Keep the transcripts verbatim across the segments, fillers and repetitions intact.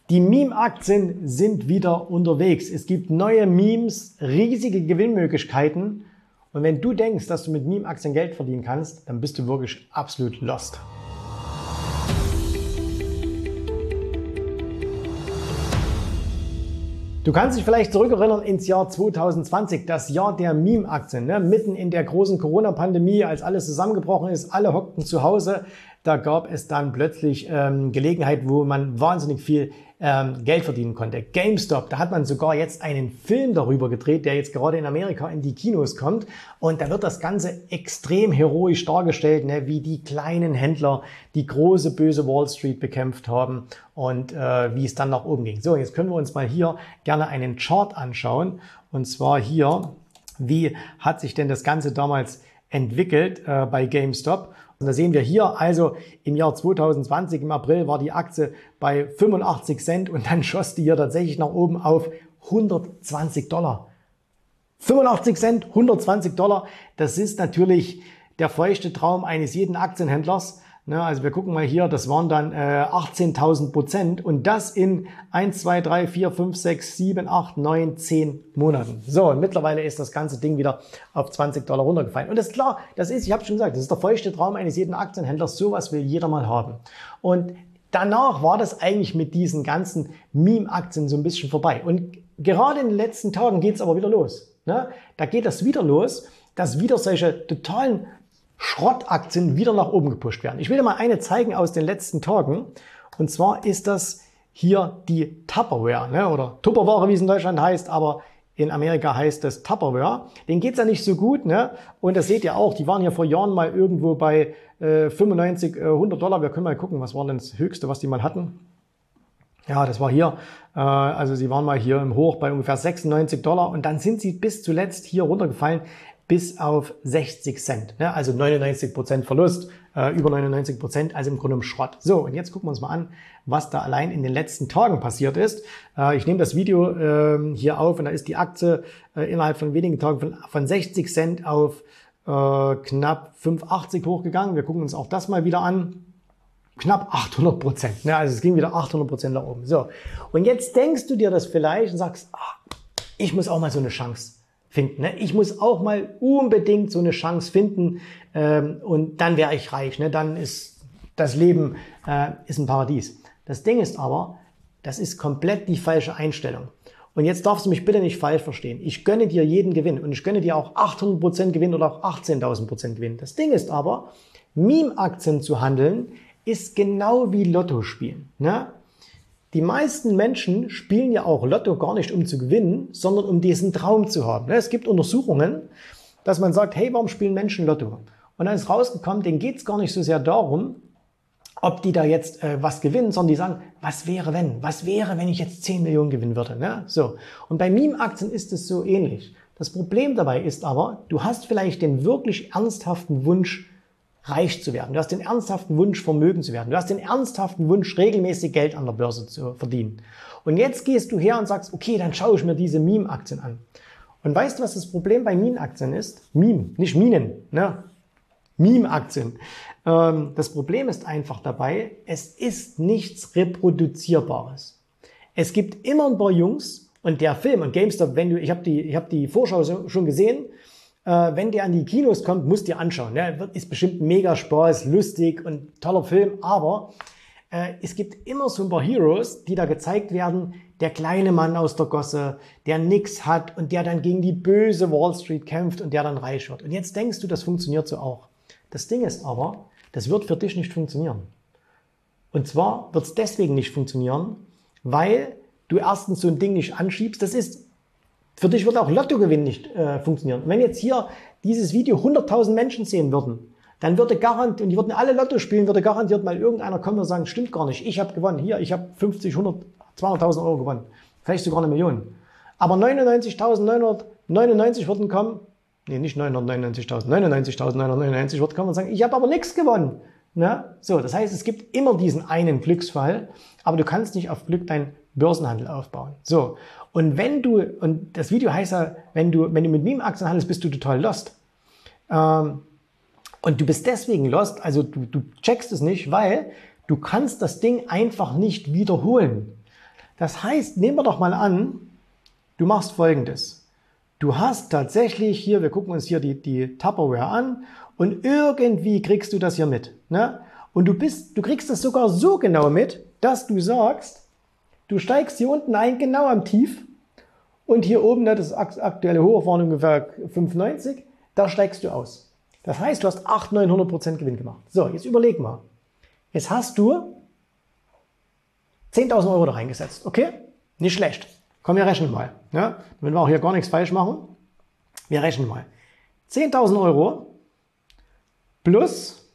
Die Meme-Aktien sind wieder unterwegs. Es gibt neue Memes, riesige Gewinnmöglichkeiten. Und wenn du denkst, dass du mit Meme-Aktien Geld verdienen kannst, dann bist du wirklich absolut lost. Du kannst dich vielleicht zurückerinnern ins Jahr zwanzig zwanzig, das Jahr der Meme-Aktien. Ne? Mitten in der großen Corona-Pandemie, als alles zusammengebrochen ist, alle hockten zu Hause. Da gab es dann plötzlich ähm, Gelegenheit, wo man wahnsinnig viel ähm, Geld verdienen konnte. GameStop, da hat man sogar jetzt einen Film darüber gedreht, der jetzt gerade in Amerika in die Kinos kommt. Und da wird das Ganze extrem heroisch dargestellt, ne? Wie die kleinen Händler die große böse Wall Street bekämpft haben und äh, wie es dann nach oben ging. So, jetzt können wir uns mal hier gerne einen Chart anschauen. Und zwar hier, wie hat sich denn das Ganze damals entwickelt äh, bei GameStop? Und da sehen wir hier, also im Jahr zwanzig zwanzig, im April, war die Aktie bei fünfundachtzig Cent und dann schoss die hier tatsächlich nach oben auf hundertzwanzig Dollar. fünfundachtzig Cent, hundertzwanzig Dollar, das ist natürlich der feuchte Traum eines jeden Aktienhändlers. Also wir gucken mal hier, das waren dann äh, achtzehntausend Prozent und das in eins, zwei, drei, vier, fünf, sechs, sieben, acht, neun, zehn Monaten. So, und mittlerweile ist das ganze Ding wieder auf zwanzig Dollar runtergefallen. Und das ist klar, das ist, ich habe schon gesagt, das ist der feuchte Traum eines jeden Aktienhändlers. Sowas will jeder mal haben. Und danach war das eigentlich mit diesen ganzen Meme-Aktien so ein bisschen vorbei. Und gerade in den letzten Tagen geht es aber wieder los. Ne? Da geht das wieder los, dass wieder solche totalen Schrottaktien wieder nach oben gepusht werden. Ich will dir mal eine zeigen aus den letzten Tagen. Und zwar ist das hier die Tupperware, ne? Oder Tupperware, wie es in Deutschland heißt, aber in Amerika heißt das Tupperware. Denen geht's ja nicht so gut, ne? Und das seht ihr auch, die waren ja vor Jahren mal irgendwo bei äh, fünfundneunzig, äh, hundert Dollar. Wir können mal gucken, was war denn das Höchste, was die mal hatten. Ja, das war hier, äh, also sie waren mal hier im Hoch bei ungefähr sechsundneunzig Dollar und dann sind sie bis zuletzt hier runtergefallen bis auf sechzig Cent, ne? Also neunundneunzig Prozent Verlust, äh, über neunundneunzig Prozent, also im Grunde im Schrott. So, und jetzt gucken wir uns mal an, was da allein in den letzten Tagen passiert ist. Äh, ich nehme das Video äh, hier auf und da ist die Aktie äh, innerhalb von wenigen Tagen von, von sechzig Cent auf äh, knapp fünf Komma achtzig hochgegangen. Wir gucken uns auch das mal wieder an. Knapp achthundert Prozent, ne? Also es ging wieder achthundert Prozent nach oben. So, und jetzt denkst du dir das vielleicht und sagst, ach, ich muss auch mal so eine Chance finden. Ne? Ich muss auch mal unbedingt so eine Chance finden ähm, und dann wäre ich reich. Ne? Dann ist das Leben äh, ist ein Paradies. Das Ding ist aber, das ist komplett die falsche Einstellung. Und jetzt darfst du mich bitte nicht falsch verstehen. Ich gönne dir jeden Gewinn und ich gönne dir auch achthundert Prozent Gewinn oder auch achtzehntausend Prozent Gewinn. Das Ding ist aber, Meme-Aktien zu handeln, ist genau wie Lotto spielen. Ne? Die meisten Menschen spielen ja auch Lotto gar nicht, um zu gewinnen, sondern um diesen Traum zu haben. Es gibt Untersuchungen, dass man sagt, hey, warum spielen Menschen Lotto? Und dann ist rausgekommen, denen geht es gar nicht so sehr darum, ob die da jetzt äh, was gewinnen, sondern die sagen, was wäre wenn? Was wäre, wenn ich jetzt zehn Millionen gewinnen würde? Ne? So. Und bei Meme-Aktien ist es so ähnlich. Das Problem dabei ist aber, du hast vielleicht den wirklich ernsthaften Wunsch, reich zu werden. Du hast den ernsthaften Wunsch, Vermögen zu werden. Du hast den ernsthaften Wunsch, regelmäßig Geld an der Börse zu verdienen. Und jetzt gehst du her und sagst, okay, dann schaue ich mir diese Meme-Aktien an. Und weißt du, was das Problem bei Meme-Aktien ist? Meme, nicht Minen, ne? Meme-Aktien. Ähm, das Problem ist einfach dabei, es ist nichts Reproduzierbares. Es gibt immer ein paar Jungs und der Film und GameStop, wenn du, ich habe die, ich habe die Vorschau schon gesehen, wenn der an die Kinos kommt, musst du dir anschauen. Ne? Ist bestimmt mega Spaß, lustig und toller Film, aber äh, es gibt immer so ein paar Heroes, die da gezeigt werden, der kleine Mann aus der Gosse, der nix hat und der dann gegen die böse Wall Street kämpft und der dann reich wird. Und jetzt denkst du, das funktioniert so auch. Das Ding ist aber, das wird für dich nicht funktionieren. Und zwar wird es deswegen nicht funktionieren, weil du erstens so ein Ding nicht anschiebst. Das ist Für dich wird auch Lottogewinn nicht äh, funktionieren. Und wenn jetzt hier dieses Video hunderttausend Menschen sehen würden, dann würde garantiert, und die würden alle Lotto spielen, würde garantiert mal irgendeiner kommen und sagen, stimmt gar nicht, ich habe gewonnen. Hier, ich habe fünfzig, hundert, zweihunderttausend Euro gewonnen. Vielleicht sogar eine Million. Aber neunundneunzigtausendneunhundertneunundneunzig würden kommen, nee, nicht neunhundertneunundneunzigtausend, neunundneunzigtausendneunhundertneunundneunzig würden kommen und sagen, ich habe aber nichts gewonnen. Na? So, das heißt, es gibt immer diesen einen Glücksfall, aber du kannst nicht auf Glück deinen Börsenhandel aufbauen. So. Und wenn du, und das Video heißt ja, wenn du, wenn du mit Meme-Aktien handelst, bist du total lost. Ähm, und du bist deswegen lost, also du, du checkst es nicht, weil du kannst das Ding einfach nicht wiederholen. Das heißt, nehmen wir doch mal an, du machst Folgendes. Du hast tatsächlich hier, wir gucken uns hier die, die Tupperware an und irgendwie kriegst du das hier mit. Ne? Und du, bist, du kriegst das sogar so genau mit, dass du sagst, du steigst hier unten ein, genau am Tief und hier oben, ne, das aktuelle Hoch war ungefähr fünf neunzig, da steigst du aus. Das heißt, du hast achthundert, neunhundert Prozent Gewinn gemacht. So, jetzt überleg mal. Jetzt hast du zehntausend Euro da reingesetzt. Okay? Nicht schlecht. Komm, wir rechnen mal. Ja? Wenn wir auch hier gar nichts falsch machen. Wir rechnen mal. zehntausend Euro plus,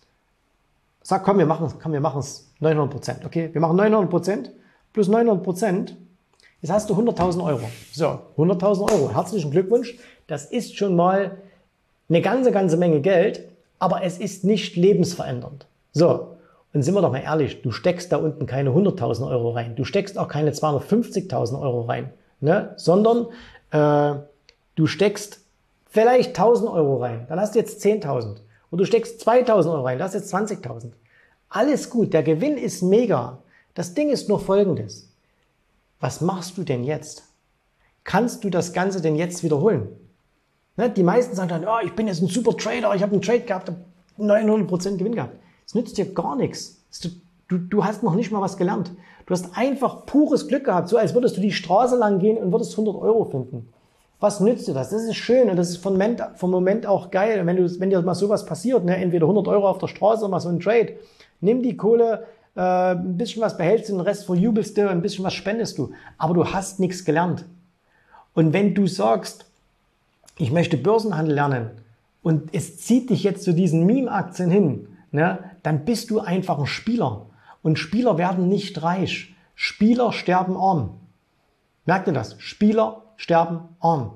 sag komm, wir machen komm, wir machen es neunhundert Prozent. Okay? Wir machen neunhundert Prozent plus neunhundert Prozent. Jetzt hast du hunderttausend Euro. So, hunderttausend Euro. Herzlichen Glückwunsch. Das ist schon mal eine ganze, ganze Menge Geld, aber es ist nicht lebensverändernd. So. Und sind wir doch mal ehrlich, du steckst da unten keine hunderttausend Euro rein. Du steckst auch keine zweihundertfünfzigtausend Euro rein, ne? Sondern äh, du steckst vielleicht tausend Euro rein. Dann hast du jetzt zehntausend. Und du steckst zweitausend Euro rein. Dann hast du jetzt zwanzigtausend. Alles gut. Der Gewinn ist mega. Das Ding ist nur Folgendes. Was machst du denn jetzt? Kannst du das Ganze denn jetzt wiederholen? Ne? Die meisten sagen dann, oh, ich bin jetzt ein super Trader. Ich habe einen Trade gehabt, habe neunhundert Prozent Gewinn gehabt. Es nützt dir gar nichts. Du, du hast noch nicht mal was gelernt. Du hast einfach pures Glück gehabt, so als würdest du die Straße lang gehen und würdest hundert Euro finden. Was nützt dir das? Das ist schön und das ist vom Moment, vom Moment auch geil. Und wenn, du, wenn dir mal sowas passiert, ne, entweder hundert Euro auf der Straße oder mal so ein Trade, nimm die Kohle, äh, ein bisschen was behältst du, den Rest verjubelst du, ein bisschen was spendest du. Aber du hast nichts gelernt. Und wenn du sagst, ich möchte Börsenhandel lernen und es zieht dich jetzt zu diesen Meme-Aktien hin, ne, dann bist du einfach ein Spieler. Und Spieler werden nicht reich. Spieler sterben arm. Merkt ihr das? Spieler sterben arm.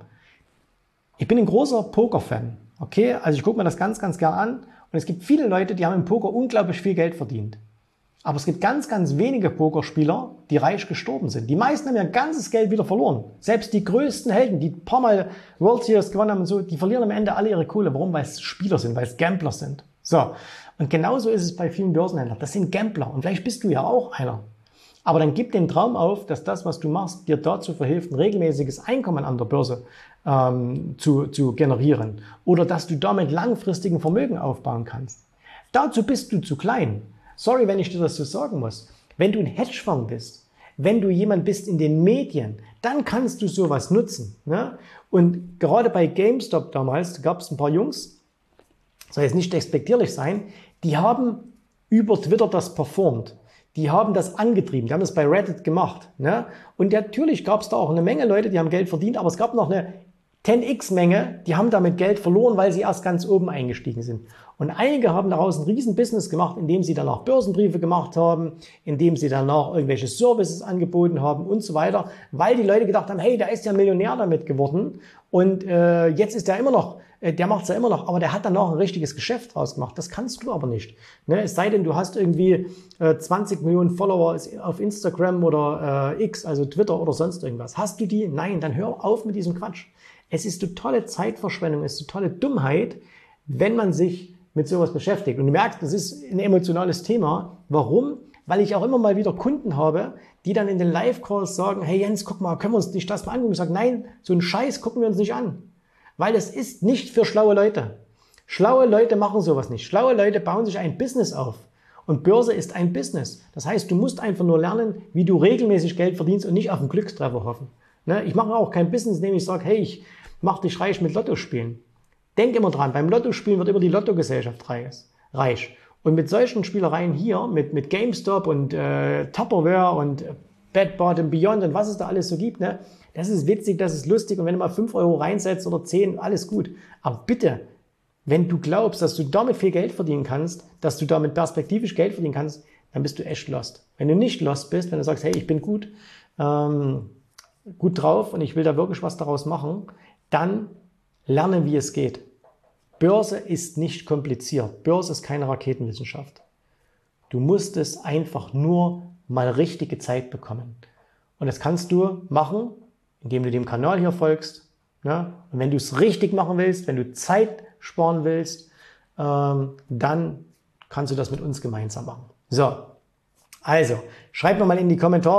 Ich bin ein großer Poker-Fan. Okay? Also ich gucke mir das ganz, ganz gern an. Und es gibt viele Leute, die haben im Poker unglaublich viel Geld verdient. Aber es gibt ganz, ganz wenige Pokerspieler, die reich gestorben sind. Die meisten haben ihr ganzes Geld wieder verloren. Selbst die größten Helden, die ein paar Mal World Series gewonnen haben und so, die verlieren am Ende alle ihre Kohle. Warum? Weil es Spieler sind, weil es Gambler sind. So. Und genauso ist es bei vielen Börsenhändlern. Das sind Gambler. Und vielleicht bist du ja auch einer. Aber dann gib den Traum auf, dass das, was du machst, dir dazu verhilft, ein regelmäßiges Einkommen an der Börse ähm, zu, zu generieren. Oder dass du damit langfristigen Vermögen aufbauen kannst. Dazu bist du zu klein. Sorry, wenn ich dir das so sagen muss. Wenn du ein Hedgefonds bist, wenn du jemand bist in den Medien, dann kannst du sowas nutzen. Ne? Und gerade bei GameStop damals gab es ein paar Jungs, soll jetzt nicht despektierlich sein, die haben über Twitter das performt. Die haben das angetrieben. Die haben das bei Reddit gemacht. Ne? Und natürlich gab es da auch eine Menge Leute, die haben Geld verdient, aber es gab noch eine zehn x Menge, die haben damit Geld verloren, weil sie erst ganz oben eingestiegen sind. Und einige haben daraus ein riesen Business gemacht, indem sie danach Börsenbriefe gemacht haben, indem sie danach irgendwelche Services angeboten haben und so weiter, weil die Leute gedacht haben, hey, der ist ja Millionär damit geworden und äh, jetzt ist der immer noch, äh, der macht's ja immer noch, aber der hat dann noch ein richtiges Geschäft draus gemacht. Das kannst du aber nicht. Ne? Es sei denn, du hast irgendwie äh, zwanzig Millionen Follower auf Instagram oder äh, X, also Twitter oder sonst irgendwas. Hast du die? Nein, dann hör auf mit diesem Quatsch. Es ist totale Zeitverschwendung, es ist totale Dummheit, wenn man sich mit sowas beschäftigt. Und du merkst, das ist ein emotionales Thema. Warum? Weil ich auch immer mal wieder Kunden habe, die dann in den Live-Calls sagen, hey Jens, guck mal, können wir uns nicht das mal angucken? Ich sage, nein, so einen Scheiß gucken wir uns nicht an. Weil es ist nicht für schlaue Leute. Schlaue Leute machen sowas nicht. Schlaue Leute bauen sich ein Business auf. Und Börse ist ein Business. Das heißt, du musst einfach nur lernen, wie du regelmäßig Geld verdienst und nicht auf einen Glückstreffer hoffen. Ne? Ich mache auch kein Business, indem ich sage, hey, ich mache dich reich mit Lotto spielen. Denk immer dran, beim Lottospielen wird immer die Lottogesellschaft reich. Und mit solchen Spielereien hier, mit, mit GameStop und äh, Tupperware und Bed Bath and Beyond und was es da alles so gibt, ne, das ist witzig, das ist lustig. Und wenn du mal fünf Euro reinsetzt oder zehn, alles gut. Aber bitte, wenn du glaubst, dass du damit viel Geld verdienen kannst, dass du damit perspektivisch Geld verdienen kannst, dann bist du echt lost. Wenn du nicht lost bist, wenn du sagst, hey, ich bin gut, ähm, gut drauf und ich will da wirklich was daraus machen, dann lerne, wie es geht. Börse ist nicht kompliziert. Börse ist keine Raketenwissenschaft. Du musst es einfach nur mal richtige Zeit bekommen. Und das kannst du machen, indem du dem Kanal hier folgst. Ne? Und wenn du es richtig machen willst, wenn du Zeit sparen willst, ähm, dann kannst du das mit uns gemeinsam machen. So, also, schreib mir mal in die Kommentare,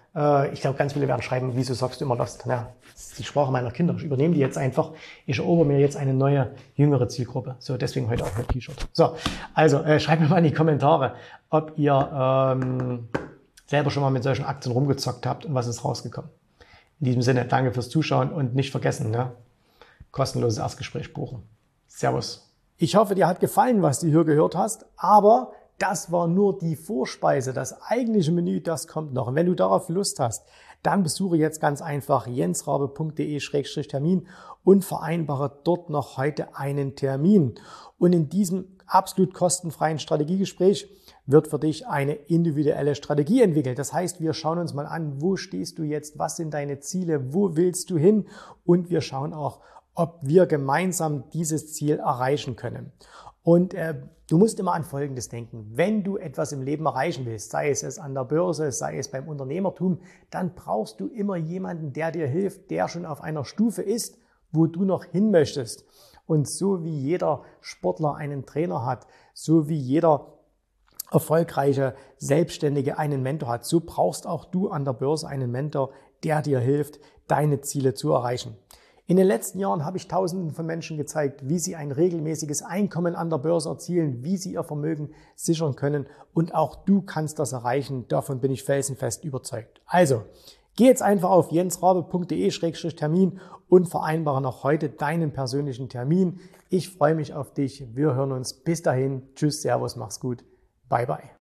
Äh, ich glaube, ganz viele werden schreiben, wieso sagst du immer Lost? Ja, das ist die Sprache meiner Kinder. Ich übernehme die jetzt einfach. Ich erober mir jetzt eine neue, jüngere Zielgruppe. So, deswegen heute auch mit T-Shirt. So, also äh, schreibt mir mal in die Kommentare, ob ihr ähm, selber schon mal mit solchen Aktien rumgezockt habt und was ist rausgekommen. In diesem Sinne, danke fürs Zuschauen und nicht vergessen, ne? Kostenloses Erstgespräch buchen. Servus. Ich hoffe, dir hat gefallen, was du hier gehört hast, aber das war nur die Vorspeise. Das eigentliche Menü, das kommt noch. Und wenn du darauf Lust hast, dann besuche jetzt ganz einfach jensrabe punkt de Schrägstrich Termin und vereinbare dort noch heute einen Termin. Und in diesem absolut kostenfreien Strategiegespräch wird für dich eine individuelle Strategie entwickelt. Das heißt, wir schauen uns mal an, wo stehst du jetzt, was sind deine Ziele, wo willst du hin, und wir schauen auch, ob wir gemeinsam dieses Ziel erreichen können. Und äh, du musst immer an Folgendes denken: Wenn du etwas im Leben erreichen willst, sei es es an der Börse, sei es beim Unternehmertum, dann brauchst du immer jemanden, der dir hilft, der schon auf einer Stufe ist, wo du noch hin möchtest. Und so wie jeder Sportler einen Trainer hat, so wie jeder erfolgreiche Selbstständige einen Mentor hat, so brauchst auch du an der Börse einen Mentor, der dir hilft, deine Ziele zu erreichen. In den letzten Jahren habe ich Tausenden von Menschen gezeigt, wie sie ein regelmäßiges Einkommen an der Börse erzielen, wie sie ihr Vermögen sichern können, und auch du kannst das erreichen. Davon bin ich felsenfest überzeugt. Also, geh jetzt einfach auf jensrabe punkt de Schrägstrich Termin und vereinbare noch heute deinen persönlichen Termin. Ich freue mich auf dich. Wir hören uns. Bis dahin. Tschüss, Servus, mach's gut. Bye, bye.